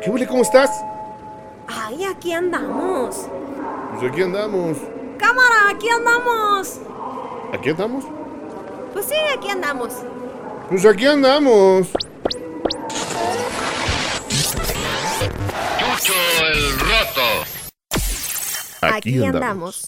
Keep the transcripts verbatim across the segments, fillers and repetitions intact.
¿Qué huele? ¿Cómo estás? Ay, aquí andamos. Pues aquí andamos. ¡Cámara, aquí andamos! ¿Aquí andamos? Pues sí, aquí andamos. Pues aquí andamos. Chucho el Roto. Aquí, aquí andamos. andamos.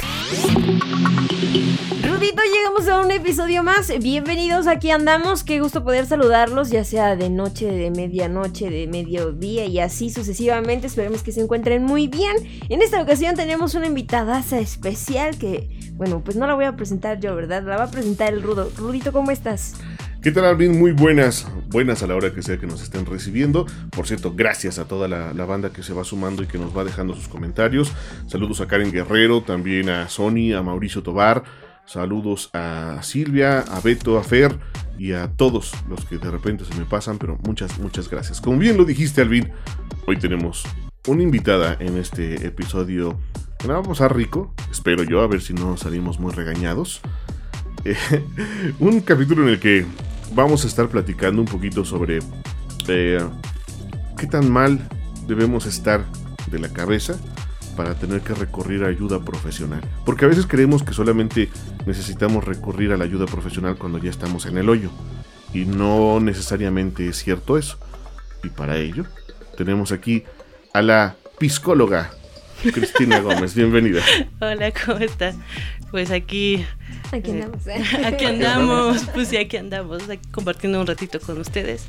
Rudito, llegamos a un episodio más. Bienvenidos, aquí andamos. Qué gusto poder saludarlos, ya sea de noche, de medianoche, de mediodía y así sucesivamente. Esperemos que se encuentren muy bien. En esta ocasión tenemos una invitadaza especial que, bueno, pues no la voy a presentar yo, ¿verdad? La va a presentar el Rudo. Rudito, ¿cómo estás? ¿Qué tal, Alvin? Muy buenas, buenas a la hora que sea que nos estén recibiendo. Por cierto, gracias a toda la, la banda que se va sumando y que nos va dejando sus comentarios. Saludos a Karen Guerrero, también a Sony, a Mauricio Tobar. Saludos a Silvia, a Beto, a Fer y a todos los que de repente se me pasan, pero muchas, muchas gracias. Como bien lo dijiste, Alvin, hoy tenemos una invitada en este episodio que la vamos a pasar rico, espero yo, a ver si no salimos muy regañados. Eh, un capítulo en el que vamos a estar platicando un poquito sobre eh, qué tan mal debemos estar de la cabeza para tener que recurrir a ayuda profesional. Porque a veces creemos que solamente necesitamos recurrir a la ayuda profesional cuando ya estamos en el hoyo. Y no necesariamente es cierto eso. Y para ello tenemos aquí a la psicóloga Cristina Gómez. Bienvenida. Hola, ¿cómo estás? Pues aquí... Aquí andamos, ¿eh? Aquí andamos, pues sí, aquí andamos, aquí compartiendo un ratito con ustedes.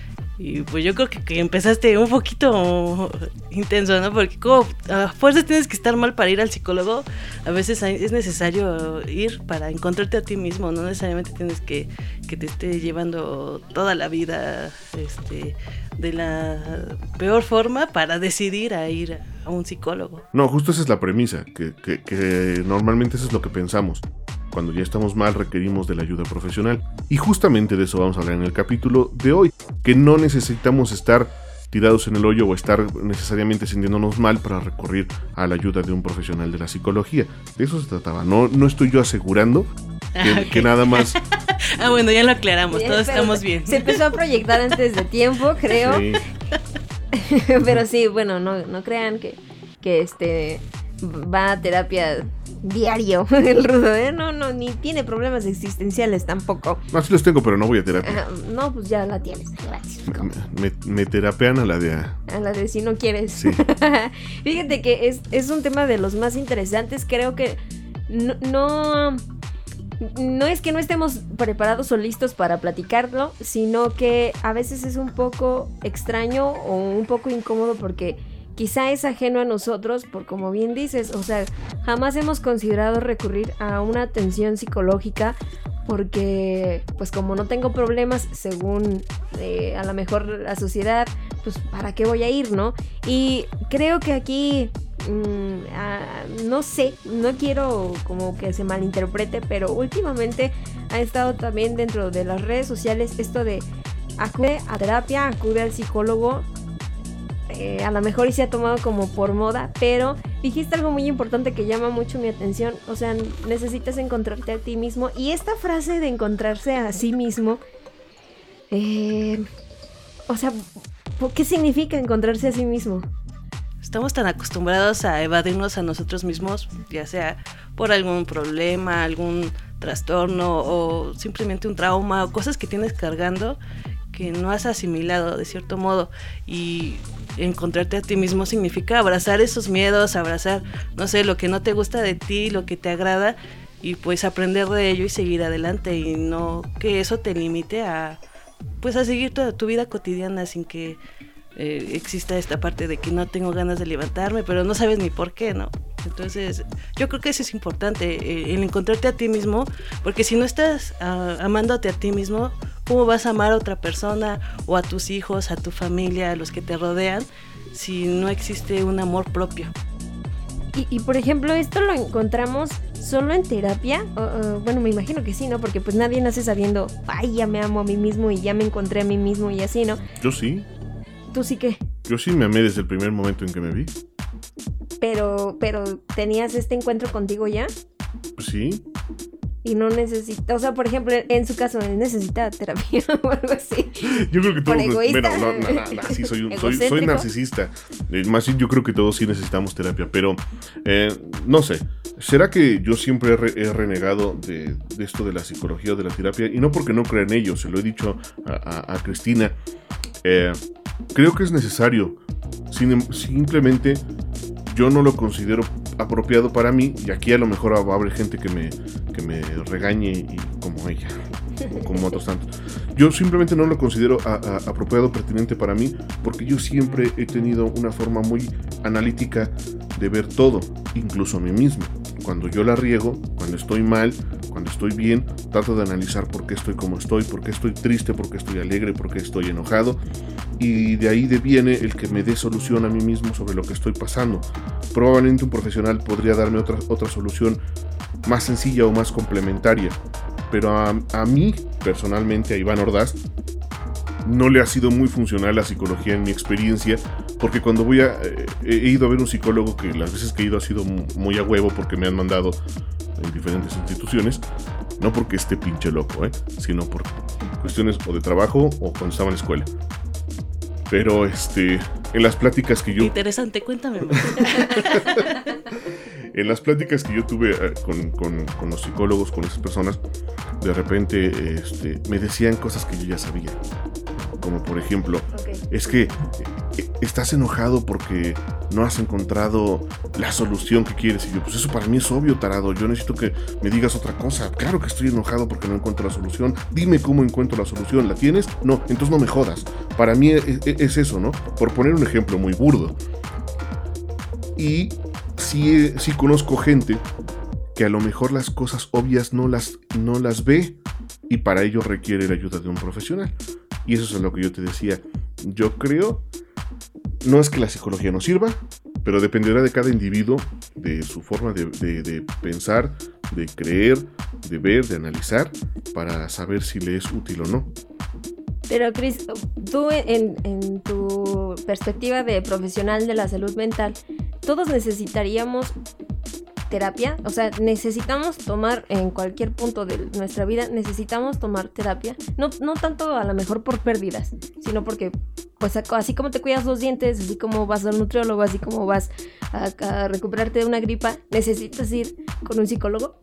Y pues yo creo que, que empezaste un poquito intenso, ¿no? Porque como a fuerzas tienes que estar mal para ir al psicólogo. A veces es necesario ir para encontrarte a ti mismo. No necesariamente tienes que que te esté llevando toda la vida este, de la peor forma para decidir a ir a un psicólogo. No, justo esa es la premisa, que, que, que normalmente eso es lo que pensamos. Cuando ya estamos mal requerimos de la ayuda profesional. Y justamente de eso vamos a hablar en el capítulo de hoy. Que no necesitamos estar tirados en el hoyo o estar necesariamente sintiéndonos mal para recurrir a la ayuda de un profesional de la psicología. De eso se trataba. No, no estoy yo asegurando que, ah, okay. que nada más... Ah, bueno, ya lo aclaramos. Bien, todos estamos bien. Se empezó a proyectar antes de tiempo, creo. Sí. Pero sí, bueno, no, no crean que, que este va a terapia diario el Rudo, ¿eh? No, no, ni tiene problemas existenciales tampoco. No, sí los tengo, pero no voy a terapia. Uh, no, pues ya la tienes, gracias. Me, me, me terapean a la de... A, a la de si no quieres. Sí. Fíjate que es, es un tema de los más interesantes, creo que no... no No es que no estemos preparados o listos para platicarlo, sino que a veces es un poco extraño o un poco incómodo porque quizá es ajeno a nosotros, por como bien dices, o sea, jamás hemos considerado recurrir a una atención psicológica porque, pues como no tengo problemas, según eh, a lo mejor la sociedad, pues ¿para qué voy a ir, no? Y creo que aquí... Mm, uh, no sé, no quiero como que se malinterprete, pero últimamente ha estado también dentro de las redes sociales esto de acude a terapia, acude al psicólogo. Eh, a lo mejor y se ha tomado como por moda, pero dijiste algo muy importante que llama mucho mi atención. O sea, necesitas encontrarte a ti mismo. Y esta frase de encontrarse a sí mismo, eh, o sea, ¿qué significa encontrarse a sí mismo? Estamos tan acostumbrados a evadirnos a nosotros mismos, ya sea por algún problema, algún trastorno o simplemente un trauma o cosas que tienes cargando que no has asimilado de cierto modo. Y encontrarte a ti mismo significa abrazar esos miedos, abrazar, no sé, lo que no te gusta de ti, lo que te agrada y pues aprender de ello y seguir adelante y no que eso te limite a pues a seguir toda tu vida cotidiana sin que Eh, exista esta parte de que no tengo ganas de levantarme, pero no sabes ni por qué, ¿no? Entonces, yo creo que eso es importante, eh, el encontrarte a ti mismo, porque si no estás uh, amándote a ti mismo, ¿cómo vas a amar a otra persona o a tus hijos, a tu familia, a los que te rodean, si no existe un amor propio? Y, y por ejemplo, ¿esto lo encontramos solo en terapia? Uh, uh, bueno, me imagino que sí, ¿no? Porque pues nadie nace sabiendo, ay, ya me amo a mí mismo y ya me encontré a mí mismo y así, ¿no? Yo sí. ¿Tú sí qué? Yo sí me amé desde el primer momento en que me vi. Pero, pero, ¿tenías este encuentro contigo ya? Pues sí. y no necesita, o sea, por ejemplo, en su caso, él necesita terapia o algo así. Yo creo que todos, Por egoísta. bueno, no, no, no, no, sí, soy, un, soy, soy narcisista. Eh, más bien, yo creo que todos sí necesitamos terapia, pero eh, no sé. ¿Será que yo siempre he, re, he renegado de, de esto de la psicología o de la terapia? Y no porque no crea en ello, se lo he dicho a, a, a Cristina. Eh, creo que es necesario. Sin, simplemente yo no lo considero apropiado para mí, y aquí a lo mejor va a haber gente que me, que me regañe y como ella, como otros tantos. Yo simplemente no lo considero a, a, apropiado, pertinente para mí, porque yo siempre he tenido una forma muy analítica de ver todo, incluso a mí mismo. Cuando yo la riego, cuando estoy mal, cuando estoy bien, trato de analizar por qué estoy como estoy, por qué estoy triste, por qué estoy alegre, por qué estoy enojado, y de ahí deviene el que me dé solución a mí mismo sobre lo que estoy pasando. Probablemente un profesional podría darme otra, otra solución más sencilla o más complementaria, pero a, a mí, personalmente, a Iván Ordaz, no le ha sido muy funcional la psicología en mi experiencia, porque cuando voy a... Eh, he ido a ver un psicólogo, que las veces que he ido ha sido muy a huevo porque me han mandado en diferentes instituciones, no porque esté pinche loco, ¿eh? sino por cuestiones o de trabajo o cuando estaba en la escuela. Pero este, en las pláticas que yo... Interesante, cuéntame más. En las pláticas que yo tuve eh, con, con, con los psicólogos, con esas personas, de repente este, me decían cosas que yo ya sabía. Como por ejemplo, okay. es que eh, estás enojado porque no has encontrado la solución que quieres. Y yo, pues eso para mí es obvio, tarado. Yo necesito que me digas otra cosa. Claro que estoy enojado porque no encuentro la solución. Dime cómo encuentro la solución. ¿La tienes? No, entonces no me jodas. Para mí es, es eso, ¿no? Por poner un ejemplo muy burdo. Y sí, sí conozco gente que a lo mejor las cosas obvias no las, no las ve, y para ello requiere la ayuda de un profesional. Y eso es lo que yo te decía. Yo creo, no es que la psicología no sirva, pero dependerá de cada individuo, de su forma de, de, de pensar, de creer, de ver, de analizar, para saber si le es útil o no. Pero Cris, tú en, en tu perspectiva de profesional de la salud mental, ¿todos necesitaríamos terapia? O sea, necesitamos tomar en cualquier punto de nuestra vida, necesitamos tomar terapia. No, no tanto a lo mejor por pérdidas, sino porque, pues así como te cuidas los dientes, así como vas al nutriólogo, así como vas a, a recuperarte de una gripa, ¿necesitas ir con un psicólogo?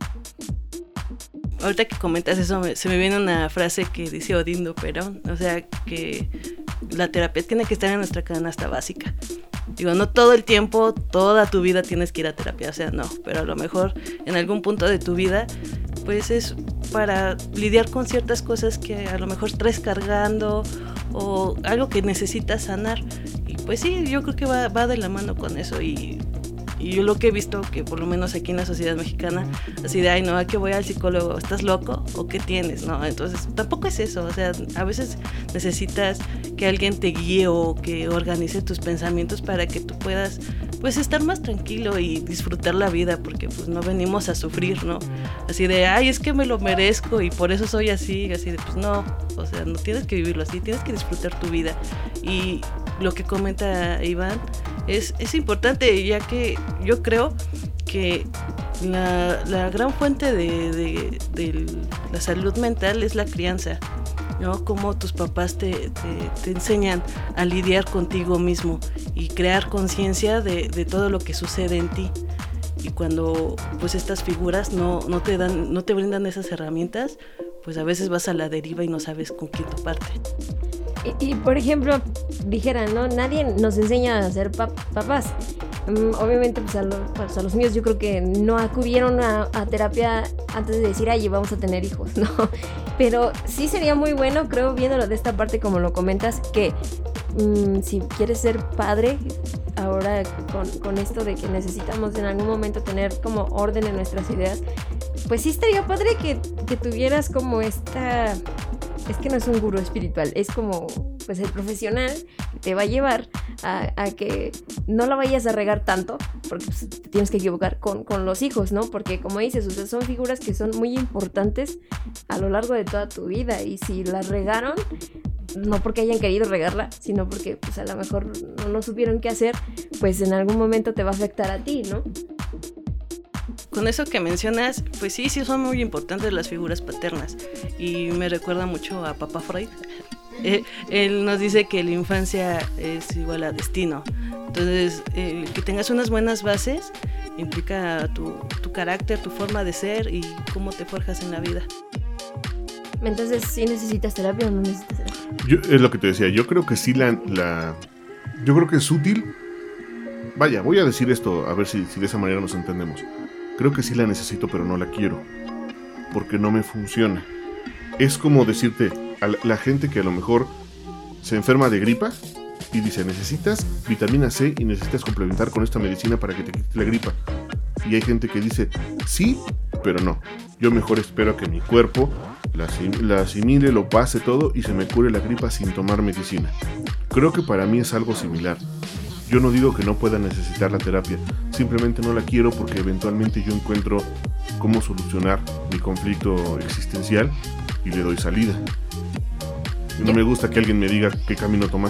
Ahorita que comentas eso, me, se me viene una frase que dice Odindo Perón, o sea, que la terapia tiene que estar en nuestra canasta básica. Digo, no todo el tiempo, toda tu vida tienes que ir a terapia, o sea, no, pero a lo mejor en algún punto de tu vida, pues es para lidiar con ciertas cosas que a lo mejor traes cargando o algo que necesitas sanar. Y pues sí, yo creo que va, va de la mano con eso. Y Y yo lo que he visto, que por lo menos aquí en la sociedad mexicana, así de, ay, no, ¿a qué voy al psicólogo? ¿Estás loco? ¿O qué tienes? No, entonces tampoco es eso. O sea, a veces necesitas que alguien te guíe o que organice tus pensamientos para que tú puedas, pues, estar más tranquilo y disfrutar la vida, porque pues no venimos a sufrir, ¿no? Así de, ay, es que me lo merezco y por eso soy así, así de, pues no, o sea, no tienes que vivirlo así, tienes que disfrutar tu vida. Y lo que comenta Iván es, es importante, ya que yo creo que la, la gran fuente de, de, de la salud mental es la crianza, ¿no? Cómo tus papás te, te, te enseñan a lidiar contigo mismo y crear conciencia de, de todo lo que sucede en ti. Y cuando pues estas figuras no, no te dan, no te brindan esas herramientas, pues a veces vas a la deriva y no sabes con quién toparte. Y, y por ejemplo, dijeran, ¿no? Nadie nos enseña a ser pap- papás. Um, obviamente, pues a, lo, pues a los míos yo creo que no acudieron a, a terapia antes de decir, ay, vamos a tener hijos, ¿no? Pero sí sería muy bueno, creo, viéndolo de esta parte como lo comentas, que um, si quieres ser padre, ahora con, con esto de que necesitamos en algún momento tener como orden en nuestras ideas, pues sí estaría padre que, que tuvieras como esta... Es que no es un gurú espiritual, es como pues el profesional que te va a llevar a, a que no la vayas a regar tanto, porque pues, te tienes que equivocar con, con los hijos, ¿no? Porque como dices, o sea, son figuras que son muy importantes a lo largo de toda tu vida, y si la regaron, no porque hayan querido regarla, sino porque pues a lo mejor no, no supieron qué hacer, pues en algún momento te va a afectar a ti, ¿no? con eso que mencionas, pues sí, sí son muy importantes las figuras paternas. Y me recuerda mucho a Papá Freud. Eh, él nos dice que la infancia es igual a destino. Entonces, eh, que tengas unas buenas bases implica tu, tu carácter, tu forma de ser y cómo te forjas en la vida. Entonces, ¿sí necesitas terapia o no necesitas terapia? Yo, es lo que te decía, yo creo que sí la, la... Yo creo que es útil. Vaya, voy a decir esto, a ver si, si de esa manera nos entendemos. Creo que sí la necesito, pero no la quiero. Porque no me funciona. Es como decirte, a la, la gente que a lo mejor se enferma de gripa y dice, necesitas vitamina C y necesitas complementar con esta medicina para que te quite la gripa. Y hay gente que dice, sí, pero no. Yo mejor espero a que mi cuerpo la, la asimile, lo pase todo y se me cure la gripa sin tomar medicina. Creo que para mí es algo similar. Yo no digo que no pueda necesitar la terapia, simplemente no la quiero porque eventualmente yo encuentro cómo solucionar mi conflicto existencial y le doy salida. Y no me gusta que alguien me diga qué camino tomar.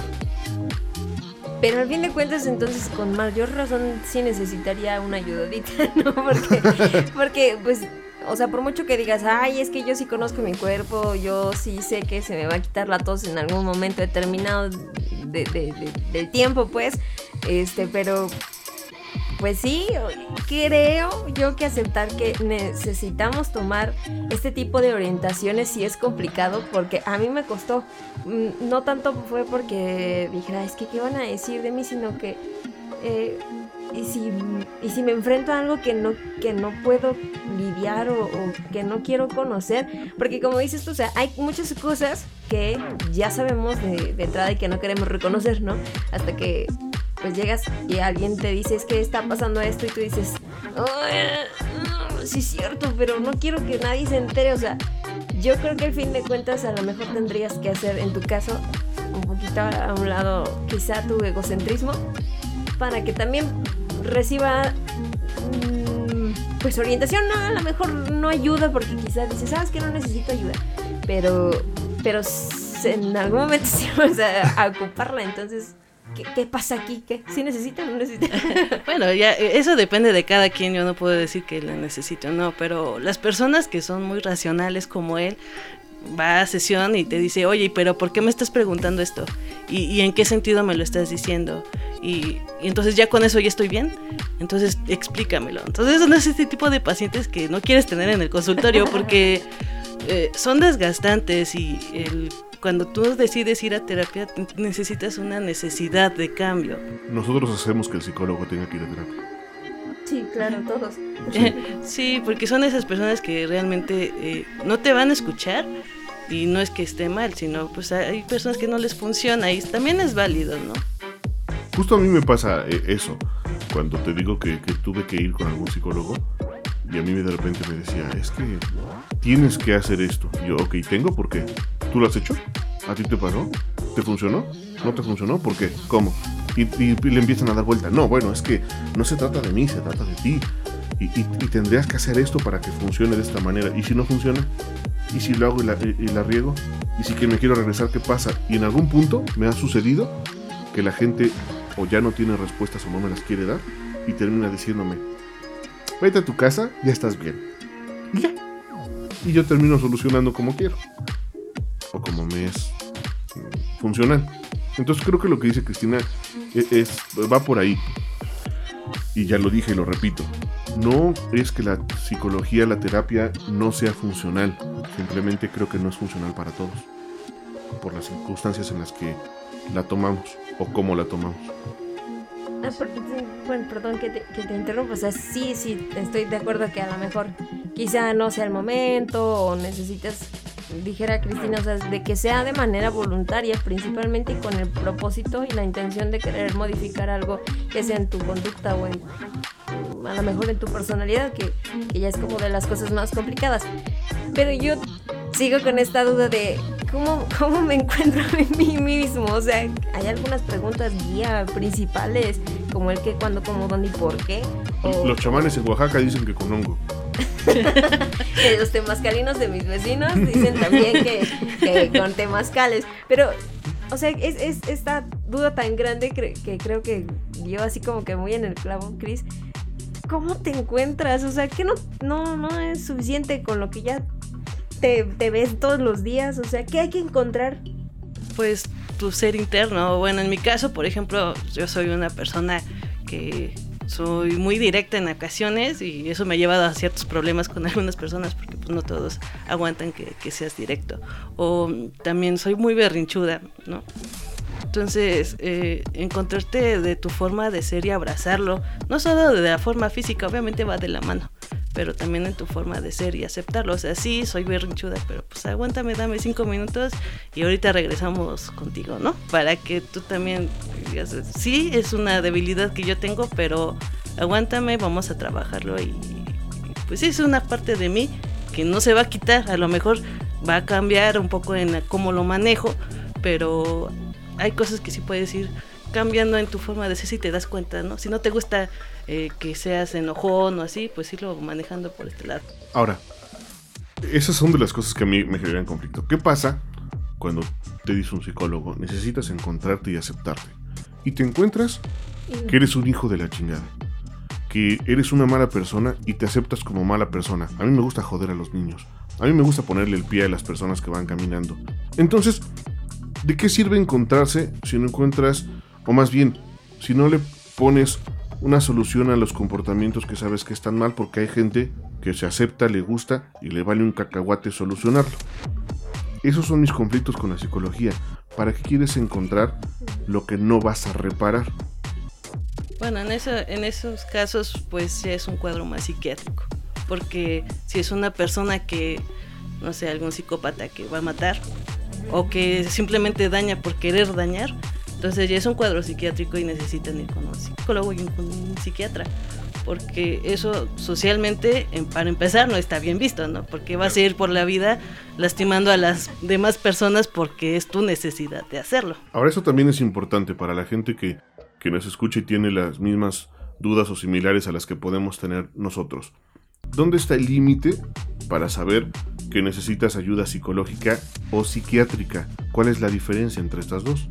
Pero al fin de cuentas, entonces, con mayor razón sí necesitaría una ayudadita, ¿no? Porque, porque, pues, o sea, por mucho que digas, ay, es que yo sí conozco mi cuerpo, yo sí sé que se me va a quitar la tos en algún momento determinado de, de, de, del tiempo, pues, este, pero, pues sí, creo yo que aceptar que necesitamos tomar este tipo de orientaciones sí es complicado, porque a mí me costó. No tanto fue porque dijera, es que qué van a decir de mí, sino que eh, y si y si me enfrento a algo que no que no puedo lidiar o, o que no quiero conocer, porque como dices tú, o sea, hay muchas cosas que ya sabemos de, de entrada y que no queremos reconocer, ¿no? Hasta que pues llegas y alguien te dice, es que está pasando esto, y tú dices, oh, sí es cierto, pero no quiero que nadie se entere. O sea, yo creo que al fin de cuentas a lo mejor tendrías que hacer, en tu caso, un poquito a un lado quizá tu egocentrismo, para que también reciba mmm, pues orientación. No, a lo mejor no ayuda, porque quizás dices, sabes que no necesito ayuda, pero pero en algún momento sí vamos a, a ocuparla. Entonces, ¿Qué, ¿qué pasa aquí? ¿Qué? ¿Sí necesita o no necesita? Bueno, ya eso depende de cada quien. Yo no puedo decir que la necesite o no, pero las personas que son muy racionales como él, va a sesión y te dice, oye, pero ¿por qué me estás preguntando esto? ¿Y, y en qué sentido me lo estás diciendo? Y, y entonces ya con eso ya estoy bien. Entonces explícamelo. Entonces son ese tipo de pacientes que no quieres tener en el consultorio porque eh, son desgastantes, y el cuando tú decides ir a terapia, necesitas una necesidad de cambio. Nosotros hacemos que el psicólogo tenga que ir a terapia. Sí, claro, todos. Sí, sí, porque son esas personas que realmente eh, no te van a escuchar, y no es que esté mal, sino pues hay personas que no les funciona, y también es válido, ¿no? Justo a mí me pasa eh, eso, cuando te digo que, que tuve que ir con algún psicólogo, y a mí de repente me decía, es que tienes que hacer esto. Y yo, ok, ¿tengo? ¿Por qué? ¿Tú lo has hecho? ¿A ti te pasó? ¿Te funcionó? ¿No te funcionó? ¿Por qué? ¿Cómo? Y, y, y le empiezan a dar vuelta. No, bueno, es que no se trata de mí, se trata de ti. Y, y, y tendrías que hacer esto para que funcione de esta manera. ¿Y si no funciona? ¿Y si lo hago y la, y, y la riego? ¿Y si que me quiero regresar, qué pasa? Y en algún punto me ha sucedido que la gente o ya no tiene respuestas o no me las quiere dar, y termina diciéndome, vete a tu casa, ya estás bien. Y ya. Y yo termino solucionando como quiero. O como me es mm, funcional. Entonces creo que lo que dice Cristina es, es, va por ahí. Y ya lo dije y lo repito. No es que la psicología, la terapia no sea funcional. Simplemente creo que no es funcional para todos. Por las circunstancias en las que la tomamos o cómo la tomamos. Ah, por, bueno, perdón que te, que te interrumpa. O sea, sí, sí, estoy de acuerdo que a lo mejor quizá no sea el momento, o necesitas, dijera Cristina, o sea, de que sea de manera voluntaria, principalmente con el propósito y la intención de querer modificar algo, que sea en tu conducta o en, a lo mejor en tu personalidad, que, que ya es como de las cosas más complicadas. Pero yo sigo con esta duda de cómo, cómo me encuentro en mí mismo. O sea, hay algunas preguntas guía principales, como el qué, cuándo, cómo, dónde y por qué. O... Los chamanes en Oaxaca dicen que con hongo. Los temazcalinos de mis vecinos dicen también que, que con temazcales. Pero, o sea, es, es esta duda tan grande que, que creo que yo así como que muy en el clavo, Cris. ¿cómo te encuentras? O sea, que no, no, no es suficiente con lo que ya te, te ves todos los días. O sea, ¿qué hay que encontrar? Pues tu ser interno. Bueno, en mi caso, por ejemplo, yo soy una persona que soy muy directa en ocasiones y eso me ha llevado a ciertos problemas con algunas personas porque pues no todos aguantan que, que seas directo. O también soy muy berrinchuda, ¿no? Entonces, eh, encontrarte de tu forma de ser y abrazarlo, no solo de la forma física, obviamente va de la mano, pero también en tu forma de ser y aceptarlo. O sea, sí, soy berrinchuda, pero pues aguántame, dame cinco minutos y ahorita regresamos contigo, ¿no? Para que tú también digas, sí, es una debilidad que yo tengo, pero aguántame, vamos a trabajarlo y pues sí, es una parte de mí que no se va a quitar, a lo mejor va a cambiar un poco en cómo lo manejo, pero hay cosas que sí puedes ir cambiando en tu forma de ser si te das cuenta, ¿no? Si no te gusta eh, que seas enojón o así, pues irlo manejando por este lado. Ahora, esas son de las cosas que a mí me generan conflicto. ¿Qué pasa cuando te dice un psicólogo? Necesitas encontrarte y aceptarte. Y te encuentras que eres un hijo de la chingada, que eres una mala persona y te aceptas como mala persona. A mí me gusta joder a los niños. A mí me gusta ponerle el pie a las personas que van caminando. Entonces, ¿de qué sirve encontrarse si no encuentras, o más bien, si no le pones una solución a los comportamientos que sabes que están mal? Porque hay gente que se acepta, le gusta y le vale un cacahuate solucionarlo. Esos son mis conflictos con la psicología. ¿Para qué quieres encontrar lo que no vas a reparar? Bueno, en, eso, en esos casos, pues ya es un cuadro más psiquiátrico. Porque si es una persona que, no sé, algún psicópata que va a matar, o que simplemente daña por querer dañar, entonces ya es un cuadro psiquiátrico y necesitan ir con un psicólogo y con un psiquiatra, porque eso socialmente, para empezar, no está bien visto, ¿no? Porque vas a ir por la vida lastimando a las demás personas porque es tu necesidad de hacerlo. Ahora, eso también es importante para la gente que, que nos escucha y tiene las mismas dudas o similares a las que podemos tener nosotros. ¿Dónde está el límite para saber que necesitas ayuda psicológica o psiquiátrica? ¿Cuál es la diferencia entre estas dos?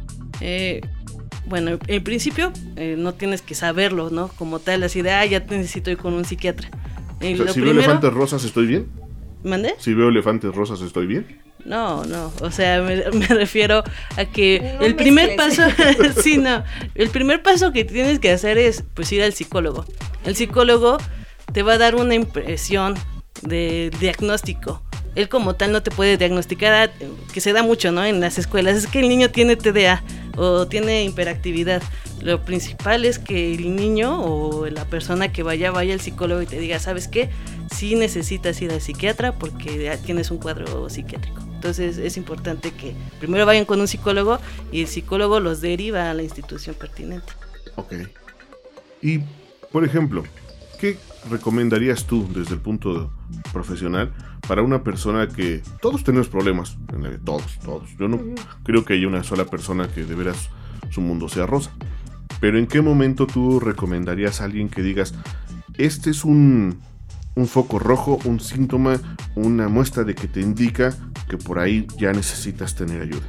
Eh, bueno, en principio eh, no tienes que saberlo, ¿no? Como tal, así de, ah, ya necesito ir con un psiquiatra. Eh, O sea, lo si primero... veo elefantes rosas, ¿estoy bien? ¿Mandé? Si veo elefantes rosas, ¿estoy bien? No, no, o sea, me, me refiero a que No el primer mezcles. paso, sí, no, el primer paso que tienes que hacer es, pues, ir al psicólogo. El psicólogo te va a dar una impresión de diagnóstico. Él como tal no te puede diagnosticar, que se da mucho, ¿no? En las escuelas, es que el niño tiene T D A o tiene hiperactividad. Lo principal es que el niño o la persona que vaya, vaya al psicólogo y te diga, ¿sabes qué? Sí necesitas ir al psiquiatra porque tienes un cuadro psiquiátrico. Entonces es importante que primero vayan con un psicólogo y el psicólogo los deriva a la institución pertinente. Ok. Y, por ejemplo, ¿qué recomendarías tú desde el punto profesional para una persona que todos tenemos problemas en la vida? Todos, todos. Yo no uh-huh. creo que haya una sola persona que de veras su mundo sea rosa. Pero ¿en qué momento tú recomendarías a alguien que digas, este es un, un foco rojo, un síntoma, una muestra de que te indica que por ahí ya necesitas tener ayuda?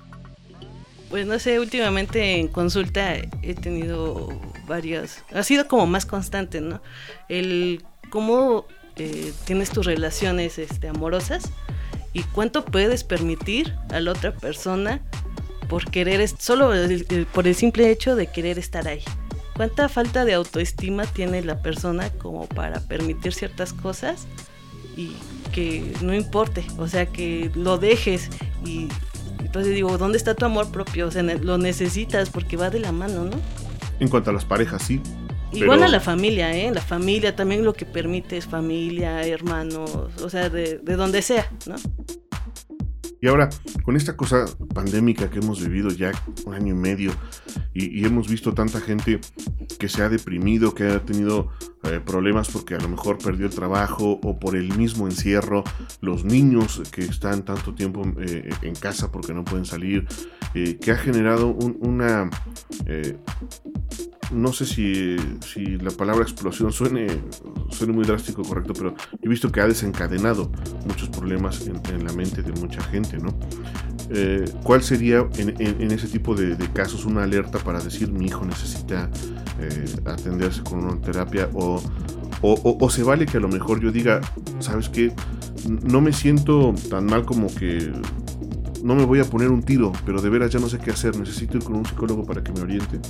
Pues no sé, últimamente en consulta he tenido varias, ha sido como más constante, ¿no? El cómo eh, tienes tus relaciones este, amorosas y cuánto puedes permitir a la otra persona por querer, solo el, el, por el simple hecho de querer estar ahí. ¿Cuánta falta de autoestima tiene la persona como para permitir ciertas cosas y que no importe? O sea, que lo dejes y entonces digo, ¿dónde está tu amor propio? O sea, lo necesitas porque va de la mano, ¿no? En cuanto a las parejas, sí. Igual pero... a la familia, ¿eh? La familia también lo que permite es familia, hermanos, o sea, de, de donde sea, ¿no? Y ahora, con esta cosa pandémica que hemos vivido ya un año y medio y, y hemos visto tanta gente que se ha deprimido, que ha tenido eh, problemas porque a lo mejor perdió el trabajo o por el mismo encierro, los niños que están tanto tiempo eh, en casa porque no pueden salir, eh, que ha generado un, una... Eh, no sé si, si la palabra explosión suene, suene muy drástico, correcto, pero he visto que ha desencadenado muchos problemas en, en la mente de mucha gente, ¿no? eh, ¿cuál sería en, en, en ese tipo de, de casos una alerta para decir mi hijo necesita eh, atenderse con una terapia? O, o, o, o se vale que a lo mejor yo diga, ¿sabes qué? No me siento tan mal como que no me voy a poner un tiro, pero de veras ya no sé qué hacer, necesito ir con un psicólogo para que me oriente.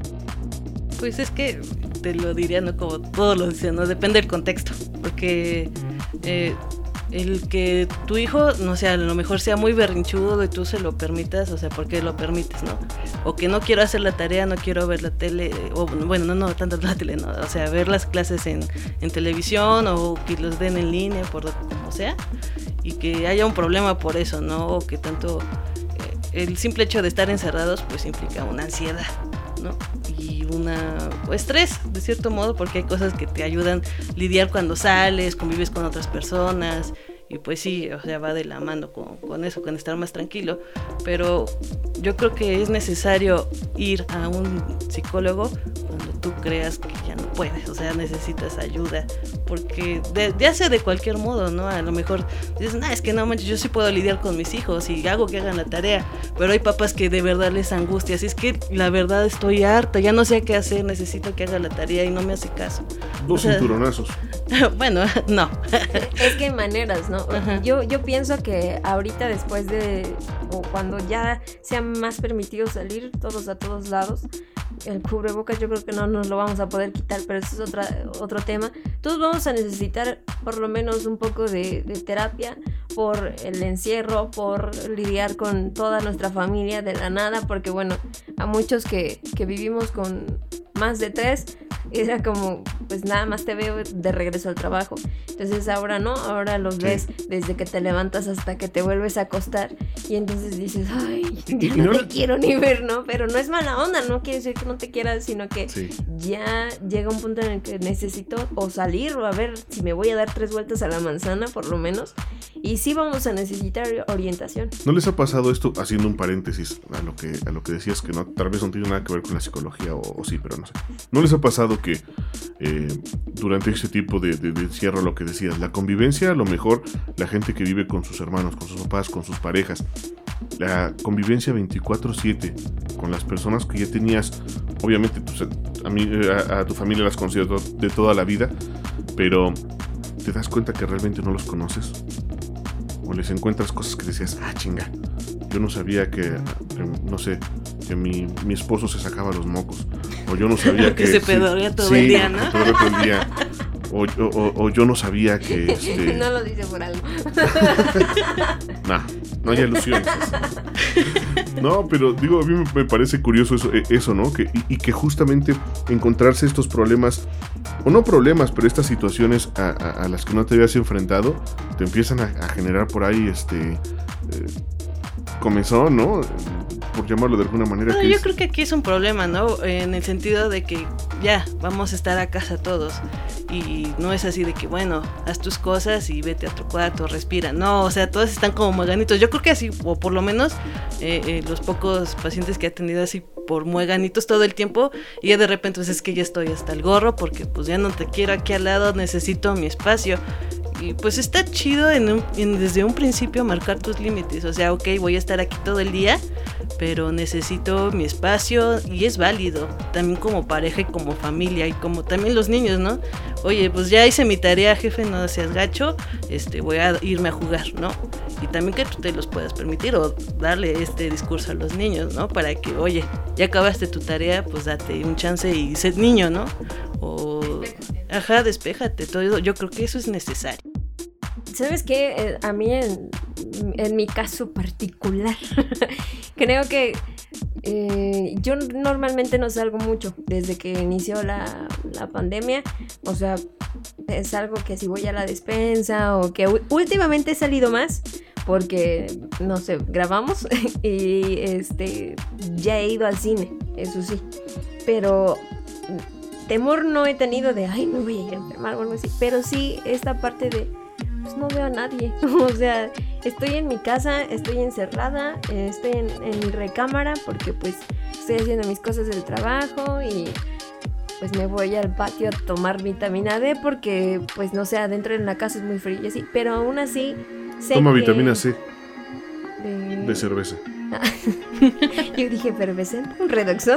Pues es que te lo diría, no como todos lo dicen, no depende del contexto, porque eh, el que tu hijo, no sé, a lo mejor sea muy berrinchudo y tú se lo permitas, o sea, porque lo permites, ¿no? O que no quiero hacer la tarea, no quiero ver la tele, o bueno, no, no tanto la tele, no, o sea, ver las clases en, en televisión o que los den en línea, por como sea, y que haya un problema por eso, ¿no? O que tanto eh, el simple hecho de estar encerrados pues implica una ansiedad, ¿no? Y una o estrés, de cierto modo, porque hay cosas que te ayudan a lidiar cuando sales, convives con otras personas, y pues sí, o sea, va de la mano con, con eso, con estar más tranquilo, pero yo creo que es necesario ir a un psicólogo cuando tú creas que ya no puedes, o sea, necesitas ayuda, porque de, ya sea de cualquier modo, ¿no? A lo mejor dices, no, es que no manches, yo sí puedo lidiar con mis hijos y hago que hagan la tarea, pero hay papás que de verdad les angustia, así es que la verdad estoy harta, ya no sé qué hacer, necesito que haga la tarea y no me hace caso. Dos o sea, cinturonazos. Bueno, no. Es que hay maneras, ¿no? Yo, yo pienso que ahorita después de, o cuando ya sea más permitido salir todos a todos lados, el cubrebocas yo creo que no nos lo vamos a poder quitar, pero eso es otra, otro tema. Todos vamos a necesitar por lo menos un poco de, de terapia por el encierro, por lidiar con toda nuestra familia de la nada, porque bueno, a muchos que, que vivimos con más de tres, era como, pues nada más te veo de regreso al trabajo. Entonces ahora no, ahora los sí. ves desde que te levantas hasta que te vuelves a acostar y entonces dices, ay, ya no, no te quiero ni ver, ¿no? Pero no es mala onda, no quiere decir que no te quieras, sino que sí. ya llega un punto en el que necesito o salir o a ver si me voy a dar tres vueltas a la manzana por lo menos, y sí vamos a necesitar orientación. ¿No les ha pasado esto, haciendo un paréntesis a lo que, a lo que decías, que no, tal vez no tiene nada que ver con la psicología o, o sí, pero no sé? ¿No les ha pasado que eh, durante este tipo de, de, de encierro, lo que decías, la convivencia, a lo mejor la gente que vive con sus hermanos, con sus papás, con sus parejas, la convivencia veinticuatro siete con las personas que ya tenías, obviamente pues, a, mí, a, a tu familia las considero de toda la vida, pero te das cuenta que realmente no los conoces? O les encuentras cosas que decías, ah, chinga, yo no sabía que, que no sé, que mi, mi esposo se sacaba los mocos, o yo no sabía que, que se pedorea sí, todo sí, el día, ¿no? todo el día. O, o, o yo no sabía que este... No lo dice por algo. Nah, no hay alusiones. No, pero digo, a mí me parece curioso eso, eso ¿no? Que, y, y que justamente encontrarse estos problemas, o no problemas, pero estas situaciones a, a, a las que no te habías enfrentado, te empiezan a, a generar por ahí este... Eh, comezón, ¿no? Por llamarlo de alguna manera. No, que yo es... creo que aquí es un problema, ¿no? En el sentido de que ya, vamos a estar a casa todos. Y no es así de que, bueno, haz tus cosas y vete a tu cuarto, respira. No, o sea, todos están como mueganitos. Yo creo que así, o por lo menos eh, eh, los pocos pacientes que he atendido así por mueganitos todo el tiempo, y ya de repente pues es que ya estoy hasta el gorro porque pues ya no te quiero aquí al lado, necesito mi espacio. Y pues está chido en un, en, desde un principio marcar tus límites, o sea, ok, voy a estar aquí todo el día, pero necesito mi espacio, y es válido, también como pareja y como familia, y como también los niños, ¿no? Oye, pues ya hice mi tarea, jefe, no seas gacho, este, voy a irme a jugar, ¿no? Y también que tú te los puedas permitir, o darle este discurso a los niños, ¿no? Para que, oye, ya acabaste tu tarea, pues date un chance y sé niño, ¿no? O, ajá, despéjate, todo, yo creo que eso es necesario. ¿Sabes qué? Eh, a mí, en, en mi caso particular, creo que eh, yo normalmente no salgo mucho desde que inició la, la pandemia. O sea, es algo que si voy a la despensa o que u- últimamente he salido más porque, no sé, grabamos y este ya he ido al cine, eso sí. Pero temor no he tenido de, ay, me voy a ir a enfermar o algo así. Pero sí esta parte de, pues no veo a nadie, o sea, estoy en mi casa, estoy encerrada, eh, estoy en, en mi recámara porque pues estoy haciendo mis cosas del trabajo y pues me voy al patio a tomar vitamina D porque pues no sé, adentro en la casa es muy frío y así, pero aún así sé Toma que... vitamina C. De... De cerveza. Yo dije efervescente, un redoxón.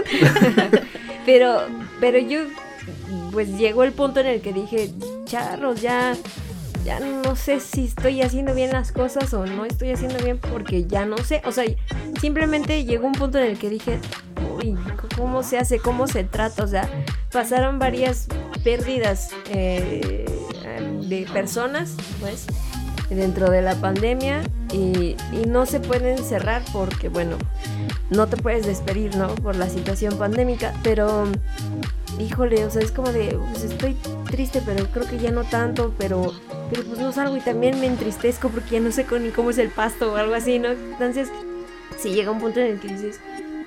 pero, pero yo, pues llegó el punto en el que dije, charros, ya, ya no sé si estoy haciendo bien las cosas o no estoy haciendo bien porque ya no sé. O sea, simplemente llegó un punto en el que dije, uy, ¿cómo se hace? ¿Cómo se trata? O sea, pasaron varias pérdidas eh, de personas, pues, dentro de la pandemia y, y no se pueden cerrar porque, bueno, no te puedes despedir, ¿no? Por la situación pandémica, pero, híjole, o sea, es como de, pues estoy triste, pero creo que ya no tanto, pero, pero pues no salgo y también me entristezco porque ya no sé ni cómo es el pasto o algo así, ¿no? Entonces, sí llega un punto en el que dices,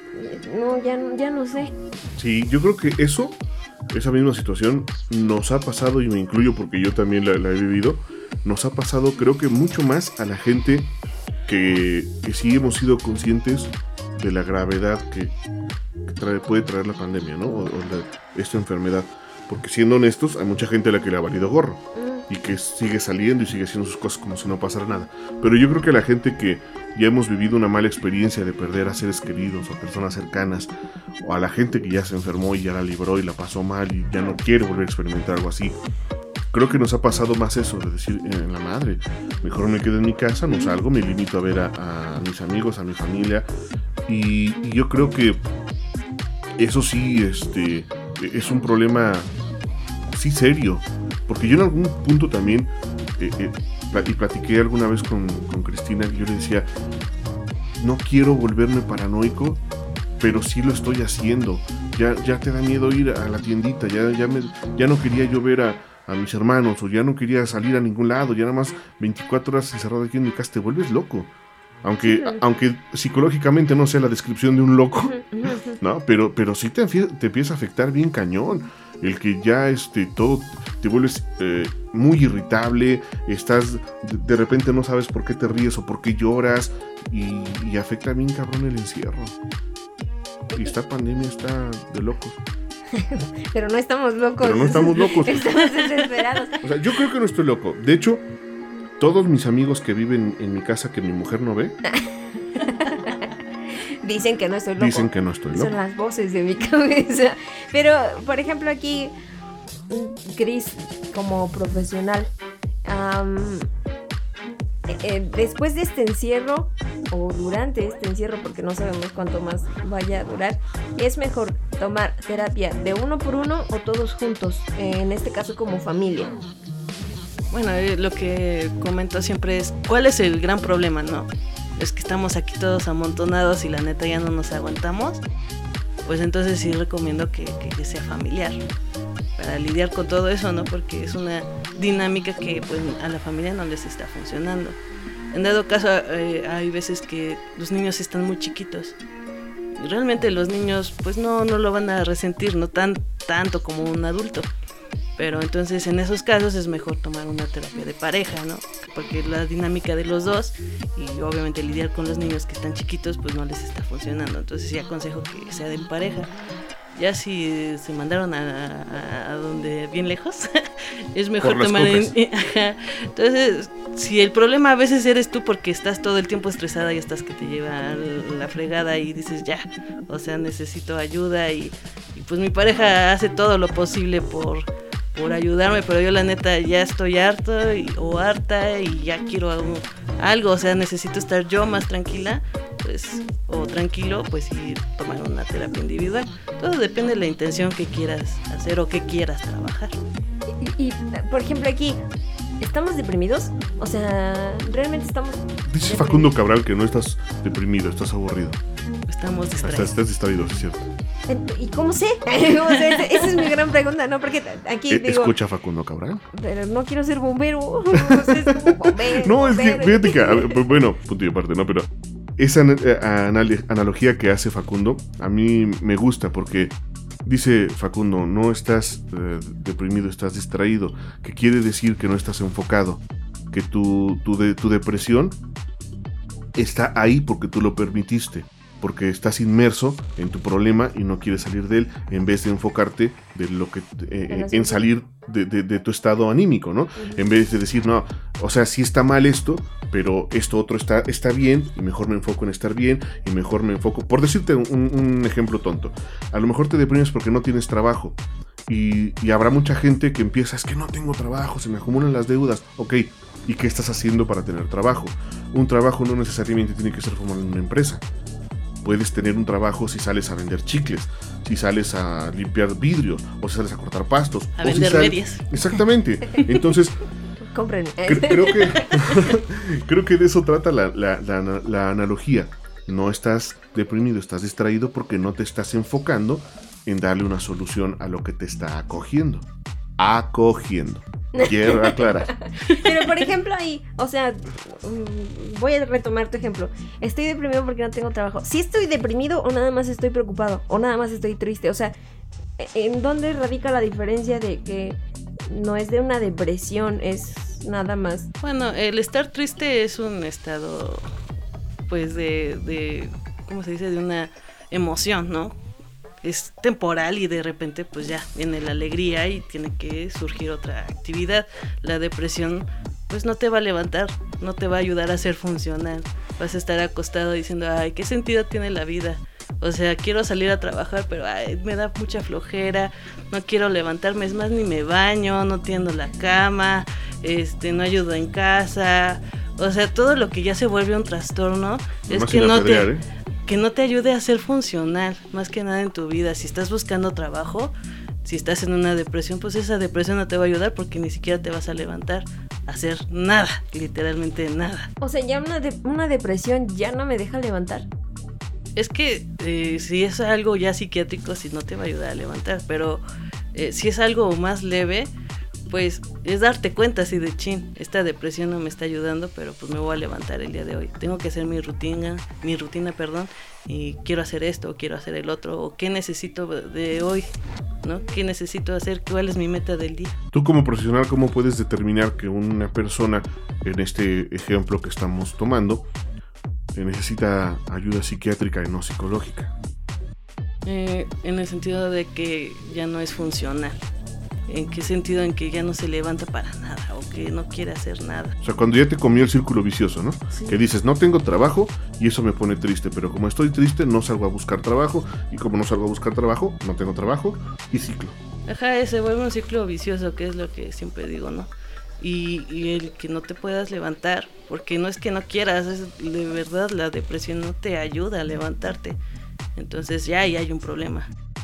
no, ya, ya no sé. Sí, yo creo que eso, esa misma situación nos ha pasado, y me incluyo porque yo también la, la he vivido, nos ha pasado creo que mucho más a la gente que, que sí hemos sido conscientes de la gravedad que, que trae, puede traer la pandemia, ¿no? O, o la, esta enfermedad. Porque siendo honestos, hay mucha gente a la que le ha valido gorro y que sigue saliendo y sigue haciendo sus cosas como si no pasara nada. Pero yo creo que la gente que ya hemos vivido una mala experiencia de perder a seres queridos o personas cercanas, o a la gente que ya se enfermó y ya la libró y la pasó mal y ya no quiere volver a experimentar algo así, creo que nos ha pasado más eso, de decir, en la madre, mejor me quedo en mi casa, no salgo, me limito a ver a, a mis amigos, a mi familia, y, y yo creo que eso sí, este, es un problema, sí, serio, porque yo en algún punto también, eh, eh, y platiqué alguna vez con, con Cristina, que yo le decía, no quiero volverme paranoico, pero sí lo estoy haciendo, ya, ya te da miedo ir a la tiendita, ya, ya, me, ya no quería yo ver a a mis hermanos, o ya no quería salir a ningún lado, ya nada más veinticuatro horas encerrado aquí en mi casa, te vuelves loco. Aunque, sí. aunque psicológicamente no sea la descripción de un loco, ¿no? Pero, pero sí te, te empieza a afectar bien cañón. El que ya este, todo te vuelves eh, muy irritable, estás, de, de repente no sabes por qué te ríes o por qué lloras, y, y afecta bien cabrón el encierro. Y esta pandemia está de locos. Pero no estamos locos. Pero no estamos locos. Estamos desesperados. O sea, yo creo que no estoy loco. De hecho, todos mis amigos que viven en mi casa que mi mujer no ve dicen que no estoy loco. Dicen que no estoy loco. Son las voces de mi cabeza. Pero, por ejemplo, aquí, Chris, como profesional, um, eh, después de este encierro, o durante este encierro, porque no sabemos cuánto más vaya a durar, ¿es mejor tomar terapia de uno por uno o todos juntos? Eh, en este caso como familia. Bueno, eh, lo que comento siempre es, ¿cuál es el gran problema, no? Es que estamos aquí todos amontonados y la neta ya no nos aguantamos. Pues entonces sí recomiendo que, que, que sea familiar, para lidiar con todo eso, ¿no? Porque es una dinámica que pues a la familia no les está funcionando. En dado caso, eh, hay veces que los niños están muy chiquitos y realmente los niños pues no, no lo van a resentir, no tan, tanto como un adulto. Pero entonces en esos casos es mejor tomar una terapia de pareja, ¿no? Porque la dinámica de los dos y obviamente lidiar con los niños que están chiquitos pues no les está funcionando. Entonces sí aconsejo que sea de pareja. Ya si se mandaron a, a, a donde bien lejos, es mejor tomar en, ajá. Entonces, si el problema a veces eres tú porque estás todo el tiempo estresada y estás que te lleva la fregada y dices ya, o sea, necesito ayuda y, y pues mi pareja hace todo lo posible por, por ayudarme, pero yo la neta ya estoy harto y, o harta y ya quiero algo, algo, o sea, necesito estar yo más tranquila, pues, o tranquilo, pues y tomar una terapia individual. Todo depende de la intención que quieras hacer o que quieras trabajar. Y, y por ejemplo aquí, ¿estamos deprimidos? O sea, ¿realmente estamos Dice Facundo Cabral que no estás deprimido, estás aburrido. Estamos distraídos. Estás, estás distraído, es cierto. ¿Y cómo sé? O sea, esa es mi gran pregunta, ¿no? Porque aquí eh, digo... ¿Escucha Facundo Cabral? Pero no quiero ser bombero. O sea, es como bombero, no, bombero. Es que, fíjate que, ver, bueno, punto y aparte, ¿no? Pero esa anal- analogía que hace Facundo, a mí me gusta porque dice Facundo, no estás eh, deprimido, estás distraído, que quiere decir que no estás enfocado, que tu, tu, de, tu depresión está ahí porque tú lo permitiste. porque estás inmerso en tu problema y no quieres salir de él, en vez de enfocarte de lo que eh, en salir de, de, de tu estado anímico, ¿no? Uh-huh. En vez de decir, no, o sea, sí está mal esto, pero esto otro está, está bien, y mejor me enfoco en estar bien, y mejor me enfoco, por decirte un, un ejemplo tonto, a lo mejor te deprimes porque no tienes trabajo, y, y habrá mucha gente que empieza, es que no tengo trabajo, se me acumulan las deudas, ok, ¿y qué estás haciendo para tener trabajo? Un trabajo no necesariamente tiene que ser formado en una empresa. Puedes tener un trabajo si sales a vender chicles, si sales a limpiar vidrios, o si sales a cortar pastos. A o vender si sales... medias. Exactamente. Entonces, compren. Cre- creo que creo que de eso trata la, la, la, la analogía. No estás deprimido, estás distraído porque no te estás enfocando en darle una solución a lo que te está acogiendo. Acogiendo. Quiero aclarar. Pero por ejemplo ahí, o sea, voy a retomar tu ejemplo. Estoy deprimido porque no tengo trabajo. ¿Sí estoy deprimido o nada más estoy preocupado? ¿O nada más estoy triste? O sea, ¿en dónde radica la diferencia de que no es de una depresión, es nada más? Bueno, el estar triste es un estado, pues, de, de ¿cómo se dice? De una emoción, ¿no? Es temporal y de repente pues ya viene la alegría y tiene que surgir otra actividad. La depresión pues no te va a levantar, no te va a ayudar a ser funcional. Vas a estar acostado diciendo, ay, ¿qué sentido tiene la vida? O sea, quiero salir a trabajar, pero ay, me da mucha flojera, no quiero levantarme, es más, ni me baño, no tiendo la cama, este, no ayudo en casa. O sea, todo lo que ya se vuelve un trastorno es que no te... ¿eh? que no te ayude a ser funcional, más que nada en tu vida. Si estás buscando trabajo, si estás en una depresión, pues esa depresión no te va a ayudar porque ni siquiera te vas a levantar a hacer nada, literalmente nada. O sea, ya una, de- una depresión ya no me deja levantar. Es que eh, si es algo ya psiquiátrico, sí no te va a ayudar a levantar, pero eh, si es algo más leve, pues es darte cuenta así de chin, esta depresión no me está ayudando, pero pues me voy a levantar el día de hoy. Tengo que hacer mi rutina, mi rutina, perdón, y quiero hacer esto, o quiero hacer el otro, o qué necesito de hoy, ¿no? ¿Qué necesito hacer? ¿Cuál es mi meta del día? Tú como profesional, ¿cómo puedes determinar que una persona, en este ejemplo que estamos tomando, necesita ayuda psiquiátrica y no psicológica? Eh, en el sentido de que ya no es funcional. ¿En qué sentido? En que ya no se levanta para nada o que no quiere hacer nada. O sea, cuando ya te comió el círculo vicioso, ¿no? Sí. Que dices, no tengo trabajo y eso me pone triste, pero como estoy triste no salgo a buscar trabajo y como no salgo a buscar trabajo, no tengo trabajo y ciclo. Ajá, se vuelve un ciclo vicioso, que es lo que siempre digo, ¿no? Y, y el que no te puedas levantar, porque no es que no quieras, es de verdad la depresión no te ayuda a levantarte. Entonces ya ahí hay un problema.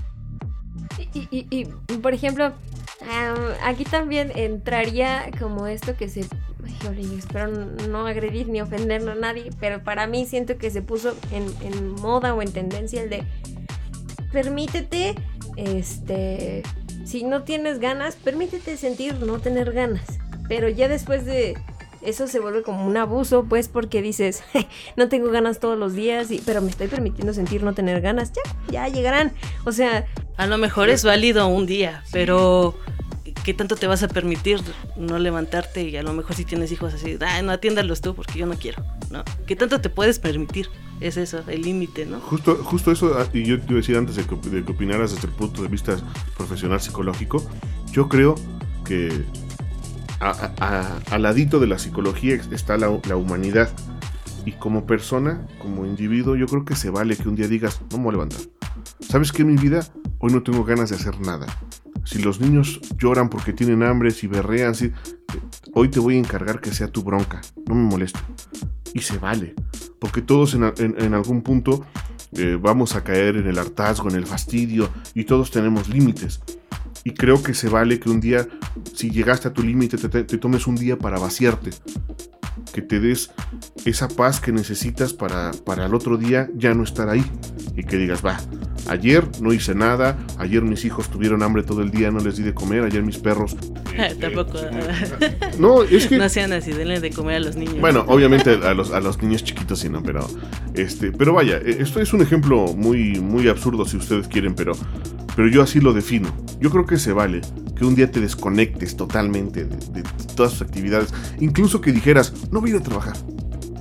Y, y, y por ejemplo, um, aquí también entraría como esto que se... Híjole, yo espero no agredir ni ofender a nadie, pero para mí siento que se puso en, en moda o en tendencia el de... Permítete, este... Si no tienes ganas, permítete sentir no tener ganas. Pero ya después de... Eso se vuelve como un abuso, pues, porque dices, no tengo ganas todos los días, y, pero me estoy permitiendo sentir no tener ganas. Ya, ya llegarán. O sea... A lo mejor es válido un día, pero ¿qué tanto te vas a permitir no levantarte? Y a lo mejor si tienes hijos así, ah, no, atiéndalos tú porque yo no quiero, ¿no? ¿Qué tanto te puedes permitir? Es eso, el límite, ¿no? Justo, justo eso, y yo te iba a decir antes de que, de que opinaras desde el punto de vista profesional psicológico, yo creo que a, a, al ladito de la psicología está la, la humanidad, y como persona, como individuo, yo creo que se vale que un día digas, no me voy a levantar. ¿Sabes qué, mi vida? Hoy no tengo ganas de hacer nada. Si los niños lloran porque tienen hambre, si berrean, si... hoy te voy a encargar que sea tu bronca, no me molesta. Y se vale, porque todos en, en, en algún punto eh, vamos a caer en el hartazgo, en el fastidio, y todos tenemos límites. Y creo que se vale que un día, si llegaste a tu límite, te, te, te tomes un día para vaciarte, que te des esa paz que necesitas para, para el otro día ya no estar ahí, y que digas, va, ayer no hice nada, ayer mis hijos tuvieron hambre todo el día, no les di de comer, ayer mis perros... Eh, Tampoco... Eh, no, es que... No sean así, denle de comer a los niños. Bueno, obviamente a los, a los niños chiquitos sí, no, pero... Este, pero vaya, esto es un ejemplo muy, muy absurdo si ustedes quieren, pero, pero yo así lo defino. Yo creo que se vale que un día te desconectes totalmente de, de todas tus actividades, incluso que dijeras, no voy a ir a trabajar,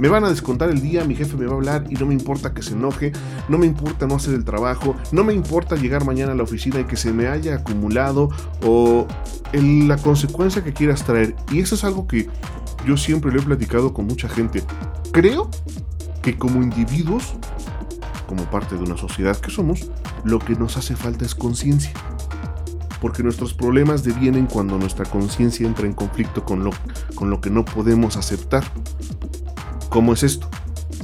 Me van a descontar el día, mi jefe me va a hablar y no me importa que se enoje, no me importa no hacer el trabajo, no me importa llegar mañana a la oficina y que se me haya acumulado o el, la consecuencia que quieras traer. Y eso es algo que yo siempre lo he platicado con mucha gente. Creo que como individuos, como parte de una sociedad que somos, lo que nos hace falta es conciencia. Porque nuestros problemas devienen cuando nuestra conciencia entra en conflicto con lo, con lo que no podemos aceptar. ¿Cómo es esto?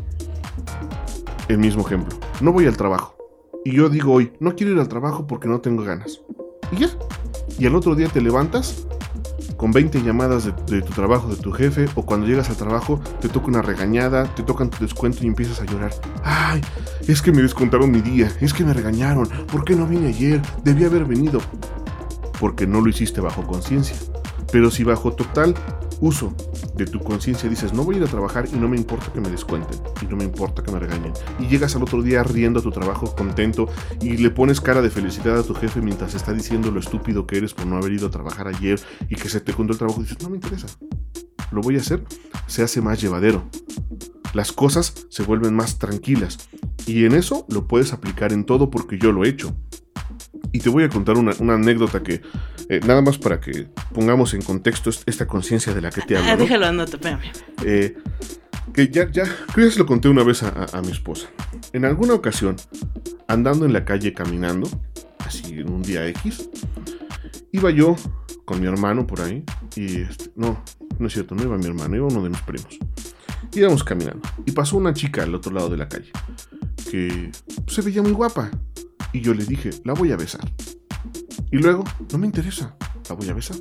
El mismo ejemplo. No voy al trabajo. Y yo digo hoy, no quiero ir al trabajo porque no tengo ganas. Y ya. Y al otro día te levantas con veinte llamadas de, de tu trabajo, de tu jefe, o cuando llegas al trabajo te toca una regañada, te tocan tu descuento y empiezas a llorar. Ay, es que me descontaron mi día, es que me regañaron, ¿por qué no vine ayer? Debí haber venido. Porque no lo hiciste bajo conciencia. Pero si bajo total uso de tu conciencia dices, no voy a ir a trabajar y no me importa que me descuenten, y no me importa que me regañen, y llegas al otro día riendo a tu trabajo, contento, y le pones cara de felicidad a tu jefe mientras está diciendo lo estúpido que eres por no haber ido a trabajar ayer y que se te juntó el trabajo, y dices, no me interesa, lo voy a hacer, se hace más llevadero. Las cosas se vuelven más tranquilas, y en eso lo puedes aplicar en todo porque yo lo he hecho. Y te voy a contar una, una anécdota que, eh, nada más para que pongamos en contexto esta conciencia de la que te hablo, Ah, ¿no? déjalo, anoto, espérame. Eh, que ya, ya, creo que ya se lo conté una vez a, a, a mi esposa. En alguna ocasión, andando en la calle caminando, así en un día X, iba yo con mi hermano por ahí, y este, no, no es cierto, no iba mi hermano, iba uno de mis primos. Íbamos caminando, y pasó una chica al otro lado de la calle, que se veía muy guapa. Y yo le dije, la voy a besar. Y luego, no me interesa, la voy a besar.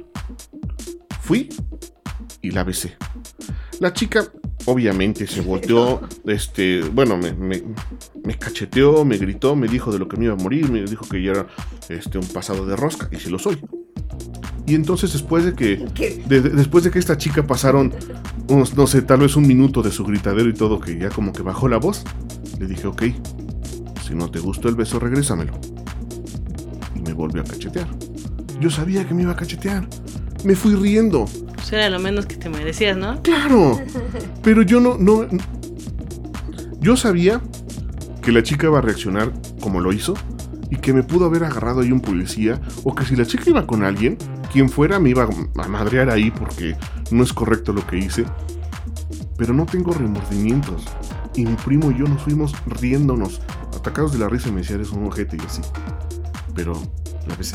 Fui y la besé. La chica, obviamente, se volteó, este, bueno, me, me, me cacheteó, me gritó, me dijo de lo que me iba a morir, me dijo que yo era este, un pasado de rosca, y sí lo soy. Y entonces, después de que, de, de, después de que esta chica pasaron, unos, no sé, tal vez un minuto de su gritadero y todo, que ya como que bajó la voz, le dije, ok, si no te gustó el beso, regrésamelo. Y me volvió a cachetear. Yo sabía que me iba a cachetear. Me fui riendo. Pues era lo menos que te merecías, ¿no? ¡Claro! Pero yo no, no... Yo sabía que la chica iba a reaccionar como lo hizo y que me pudo haber agarrado ahí un policía, o que si la chica iba con alguien, quien fuera me iba a madrear ahí porque no es correcto lo que hice. Pero no tengo remordimientos. Y mi primo y yo nos fuimos riéndonos, atacados de la risa, y me decía, eres un ojete y así. Pero la besé.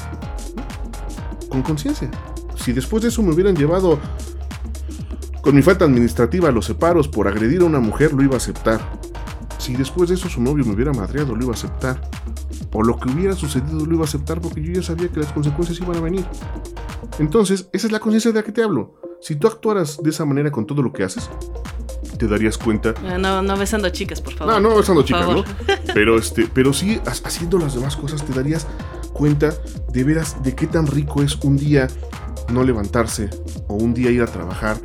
Con conciencia. Si después de eso me hubieran llevado con mi falta administrativa a los separos por agredir a una mujer, lo iba a aceptar. Si después de eso su novio me hubiera madreado, lo iba a aceptar. O lo que hubiera sucedido, lo iba a aceptar, porque yo ya sabía que las consecuencias iban a venir. Entonces, esa es la conciencia de la que te hablo. Si tú actuaras de esa manera con todo lo que haces, te darías cuenta. No, no besando chicas, por favor. No, no besando por chicas, favor. ¿no? Pero este, pero sí haciendo las demás cosas te darías cuenta de veras de qué tan rico es un día no levantarse, o un día ir a trabajar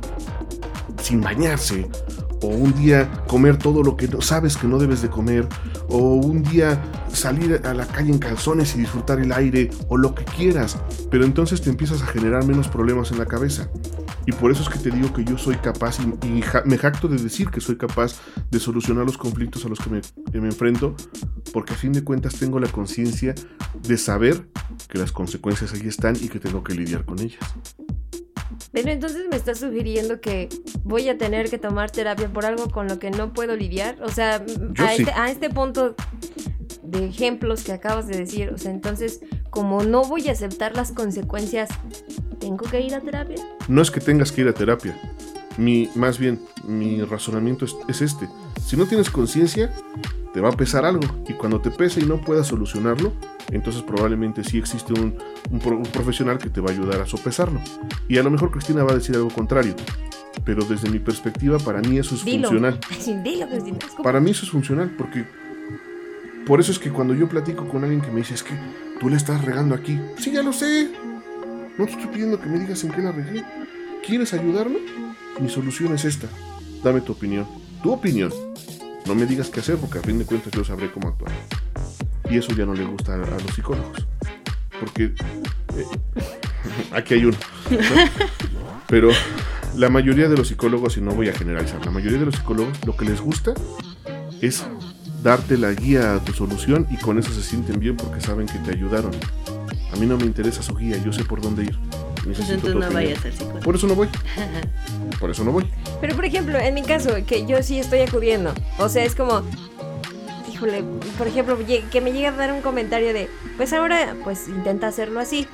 sin bañarse, o un día comer todo lo que no, sabes que no debes de comer, o un día salir a la calle en calzones y disfrutar el aire, o lo que quieras, pero entonces te empiezas a generar menos problemas en la cabeza. Y por eso es que te digo que yo soy capaz, y, y ja, me jacto de decir que soy capaz de solucionar los conflictos a los que me, que me enfrento, porque a fin de cuentas tengo la conciencia de saber que las consecuencias ahí están y que tengo que lidiar con ellas. Pero entonces me estás sugiriendo que voy a tener que tomar terapia por algo con lo que no puedo lidiar. O sea, Yo a, sí. este, a este punto de ejemplos que acabas de decir, o sea, entonces, como no voy a aceptar las consecuencias, ¿tengo que ir a terapia? No es que tengas que ir a terapia. Mi, más bien, mi razonamiento es, es este. Si no tienes conciencia, te va a pesar algo. Y cuando te pese y no puedas solucionarlo, entonces probablemente sí existe un, un, pro, un profesional que te va a ayudar a sopesarlo. Y a lo mejor Cristina va a decir algo contrario. Pero desde mi perspectiva, para mí eso es Dilo. funcional. Ay, dilo, Cristina. Para mí eso es funcional, porque por eso es que cuando yo platico con alguien que me dice, es que tú le estás regando aquí. Sí, ya lo sé. No te estoy pidiendo que me digas en qué la regué. ¿Quieres ayudarme? Mi solución es esta. Dame tu opinión. Tu opinión. No me digas qué hacer, porque a fin de cuentas yo sabré cómo actuar. Y eso ya no le gusta a, a los psicólogos. Porque eh, aquí hay uno, ¿no? Pero la mayoría de los psicólogos, y no voy a generalizar, la mayoría de los psicólogos lo que les gusta es darte la guía a tu solución y con eso se sienten bien porque saben que te ayudaron. A mí no me interesa su guía, yo sé por dónde ir. Pues entonces no vayas al psicólogo. Por eso no voy. Por eso no voy. Pero por ejemplo, en mi caso, que yo sí estoy acudiendo. O sea, es como, híjole, por ejemplo, que me llega a dar un comentario de, pues ahora, pues intenta hacerlo así.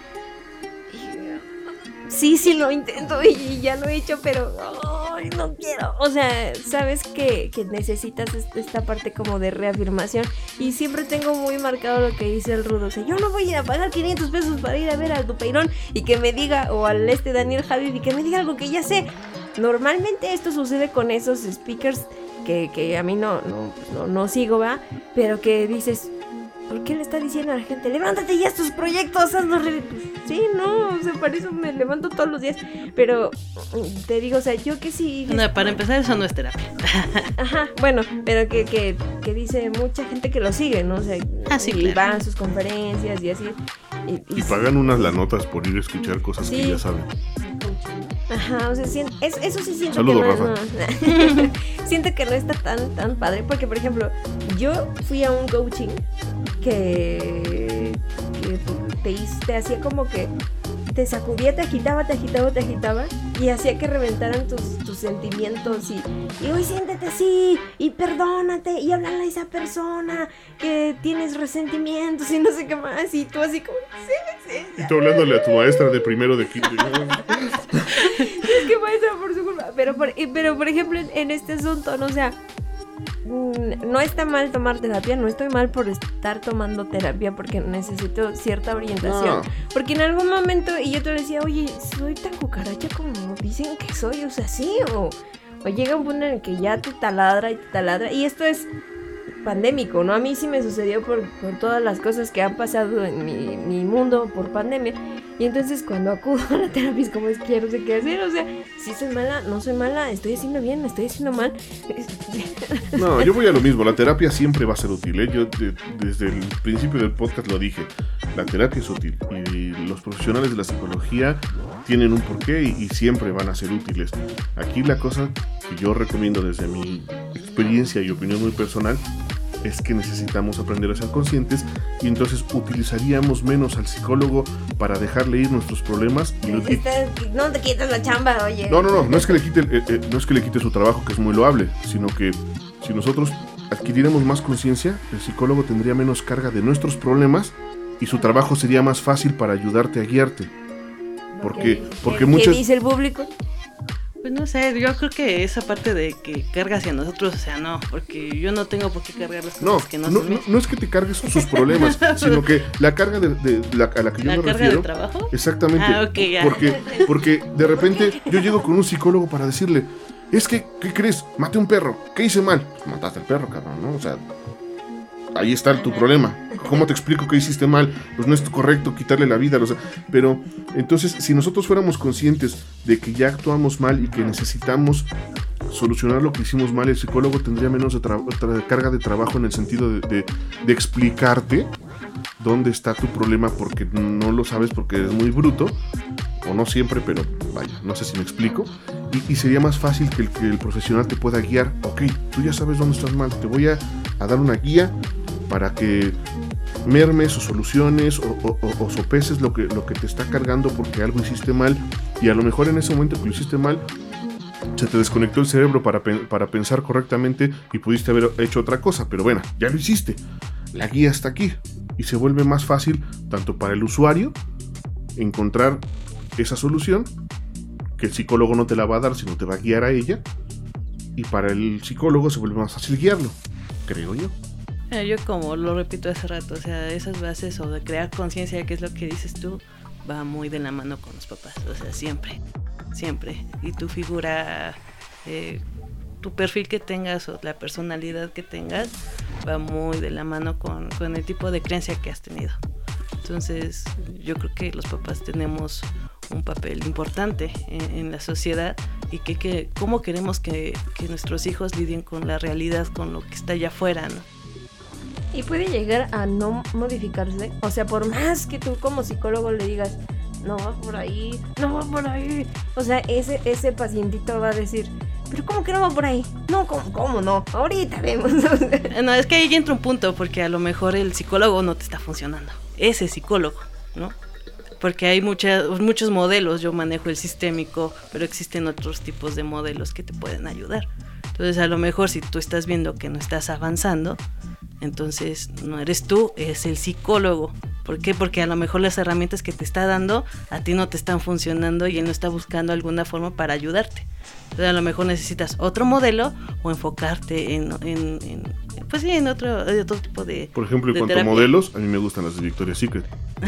Sí, sí lo intento y ya lo he hecho, pero ay, no quiero. O sea, sabes que, que necesitas esta parte como de reafirmación. Y siempre tengo muy marcado lo que dice el Rudo. O sea, yo no voy a ir a pagar quinientos pesos para ir a ver al Dupeirón y que me diga, o al este Daniel Javid, y que me diga algo que ya sé. Normalmente esto sucede con esos speakers que, que a mí no, no, no, no sigo, ¿va? Pero que dices, ¿por qué le está diciendo a la gente, levántate ya tus proyectos, hazlos? Re-". Sí, no, o sea, para eso me levanto todos los días. Pero te digo, o sea, yo que sí. No, para empezar, eso no es terapia. Ajá, bueno, pero que, que, que dice mucha gente que lo sigue, ¿no? O sea, ah, sí, y claro. van a sus conferencias y así. Y, y, y pagan unas lanotas por ir a escuchar cosas sí. que ya saben. Ajá, o sea, siento, eso, eso sí siento Saludo, que no, Rafa. no siento que no está tan, tan padre, porque por ejemplo, yo fui a un coaching que, que te, te hacía como que te sacudía, te agitaba, te agitaba, te agitaba y hacía que reventaran tus, tus sentimientos y, y hoy siéntete así y perdónate y háblale a esa persona que tienes resentimientos y no sé qué más y tú así como sí, sí, y tú hablándole a tu maestra de primero de quinto. Es que maestra por su culpa, pero por, pero por ejemplo en, en este asunto, no, o sea, no está mal tomar terapia, no estoy mal por estar tomando terapia porque necesito cierta orientación, no. Porque en algún momento, y yo te decía, oye, soy tan cucaracha como dicen que soy, o sea, sí, o, o llega un punto en el que ya te taladra y te taladra, y esto es pandémico, ¿no? A mí sí me sucedió por, por todas las cosas que han pasado en mi, mi mundo por pandemia. Y entonces cuando acudo a la terapia es como, es que ya no sé qué hacer. O sea, si soy mala, no soy mala, estoy haciendo bien, estoy haciendo mal. No, yo voy a lo mismo, la terapia siempre va a ser útil, ¿eh? Yo de, desde el principio del podcast lo dije, la terapia es útil y los profesionales de la psicología tienen un porqué y, y siempre van a ser útiles. Aquí la cosa que yo recomiendo desde mi experiencia y opinión muy personal es que necesitamos aprender a ser conscientes y entonces utilizaríamos menos al psicólogo para dejarle ir nuestros problemas. Y, y, no te quites la chamba, oye. No, no, no, no es que le quite, eh, eh, no es que le quite su trabajo, que es muy loable, sino que si nosotros adquiriéramos más conciencia, el psicólogo tendría menos carga de nuestros problemas y su trabajo sería más fácil para ayudarte a guiarte. Porque, porque ¿Qué, muchas... ¿Qué dice el público? Pues no sé, yo creo que esa parte de que carga hacia nosotros, o sea, no, porque yo no tengo por qué cargar las cosas no, que no no, son mías. No, no es que te cargues sus problemas, sino que la carga de, de la, a la que yo ¿La me carga refiero... de trabajo? Exactamente. Ah, ok, ya. Porque, porque de repente yo llego con un psicólogo para decirle, es que, ¿qué crees? Maté un perro, ¿qué hice mal? Pues mataste al perro, cabrón, ¿no? O sea, ahí está tu problema. ¿Cómo te explico que hiciste mal? Pues no es correcto quitarle la vida, o sea, pero entonces si nosotros fuéramos conscientes de que ya actuamos mal y que necesitamos solucionar lo que hicimos mal, el psicólogo tendría menos de tra- tra- carga de trabajo en el sentido de, de, de explicarte dónde está tu problema porque no lo sabes porque eres muy bruto, o no siempre, pero vaya, no sé si me explico, y, y sería más fácil que el, que el profesional te pueda guiar. Ok, tú ya sabes dónde estás mal, te voy a, a dar una guía para que mermes o soluciones o, o, o, o sopeses lo que, lo que te está cargando porque algo hiciste mal, y a lo mejor en ese momento que lo hiciste mal se te desconectó el cerebro para, para pensar correctamente y pudiste haber hecho otra cosa, pero bueno, ya lo hiciste, la guía está aquí y se vuelve más fácil tanto para el usuario encontrar esa solución, que el psicólogo no te la va a dar sino te va a guiar a ella, y para el psicólogo se vuelve más fácil guiarlo, creo yo. Yo como lo repito hace rato, o sea, esas bases o de crear conciencia, que es lo que dices tú, va muy de la mano con los papás, o sea, siempre, siempre. Y tu figura, eh, tu perfil que tengas o la personalidad que tengas, va muy de la mano con, con el tipo de creencia que has tenido. Entonces, yo creo que los papás tenemos un papel importante en, en la sociedad y que, que cómo queremos que, que nuestros hijos lidien con la realidad, con lo que está allá afuera, ¿no? Y puede llegar a no modificarse. O sea, por más que tú como psicólogo le digas, no va por ahí, no va por ahí. O sea, ese, ese pacientito va a decir, pero ¿cómo que no va por ahí? No, ¿cómo, cómo no? Ahorita vemos. No, es que ahí entra un punto, porque a lo mejor el psicólogo no te está funcionando. Ese psicólogo, ¿no? Porque hay mucha, muchos modelos, yo manejo el sistémico, pero existen otros tipos de modelos que te pueden ayudar. Entonces, a lo mejor si tú estás viendo que no estás avanzando, entonces no eres tú, es el psicólogo. ¿Por qué? Porque a lo mejor las herramientas que te está dando a ti no te están funcionando y él no está buscando alguna forma para ayudarte. Entonces, a lo mejor necesitas otro modelo o enfocarte en, en, en pues sí, en otro, en otro tipo de Por ejemplo, en de cuanto terapia. a modelos, a mí me gustan las de Victoria's Secret.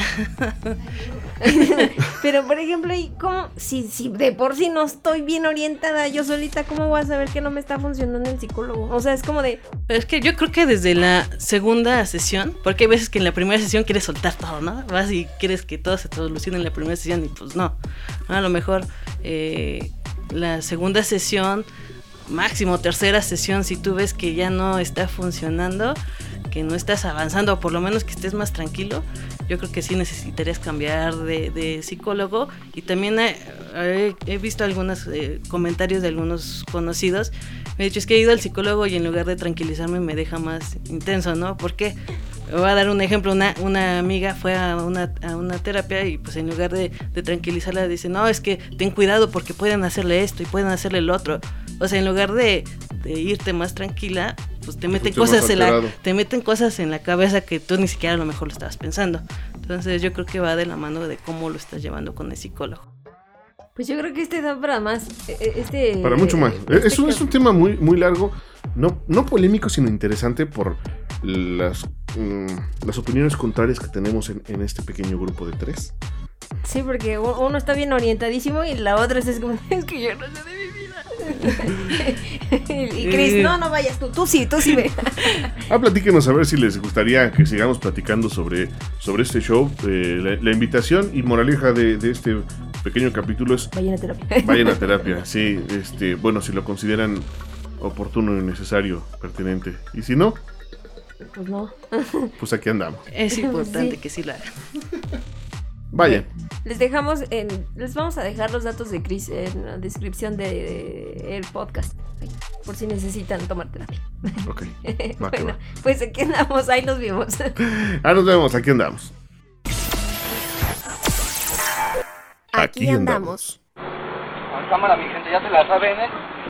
Pero, por ejemplo, ¿y cómo? Si, si de por sí no estoy bien orientada yo solita, ¿cómo voy a saber que no me está funcionando el psicólogo? O sea, es como de... Pero es que yo creo que desde la segunda sesión, porque hay veces que en la primera sesión quieres soltar todo, ¿no? Vas y quieres que todo se solucione en la primera sesión y pues no. A lo mejor eh, la segunda sesión, máximo tercera sesión, si tú ves que ya no está funcionando, que no estás avanzando, o por lo menos que estés más tranquilo, yo creo que sí necesitarías cambiar de, de psicólogo. Y también he, he, he visto algunos eh, comentarios de algunos conocidos. Me he dicho, es que he ido al psicólogo y en lugar de tranquilizarme me deja más intenso, ¿no? ¿Por qué? Voy a dar un ejemplo, una, una amiga fue a una, a una terapia y pues en lugar de, de tranquilizarla dice, no, es que ten cuidado porque pueden hacerle esto y pueden hacerle lo otro. O sea, en lugar de, de irte más tranquila, pues te meten cosas en la, te meten cosas en la cabeza que tú ni siquiera a lo mejor lo estabas pensando. Entonces yo creo que va de la mano de cómo lo estás llevando con el psicólogo. Pues yo creo que este da para más. Este, para mucho más. Este es, un, es un tema muy, muy largo, no, no polémico, sino interesante por las, mm, las opiniones contrarias que tenemos en, en este pequeño grupo de tres. Sí, porque uno está bien orientadísimo y la otra es como, es que yo no sé de mi vida. Y Chris, no, no vayas tú, tú sí, tú sí ve. Ah, platíquenos a ver si les gustaría que sigamos platicando sobre, sobre este show. Eh, la, la invitación y moraleja de, de este pequeño capítulo es... Vayan a terapia. Vayan a terapia, sí. Este, bueno, si lo consideran oportuno y necesario, pertinente. Y si no, pues no. Pues aquí andamos. Es importante Sí. que sí lo hagan. Vaya. Les dejamos en, les vamos a dejar los datos de Chris en la descripción del de, el podcast, por si necesitan tomar terapia. Ok. Va, que Bueno, va. pues aquí andamos, ahí nos vimos. Ah, nos vemos, aquí andamos. Aquí andamos. A cámara, mi gente, ya se la saben, ¿eh?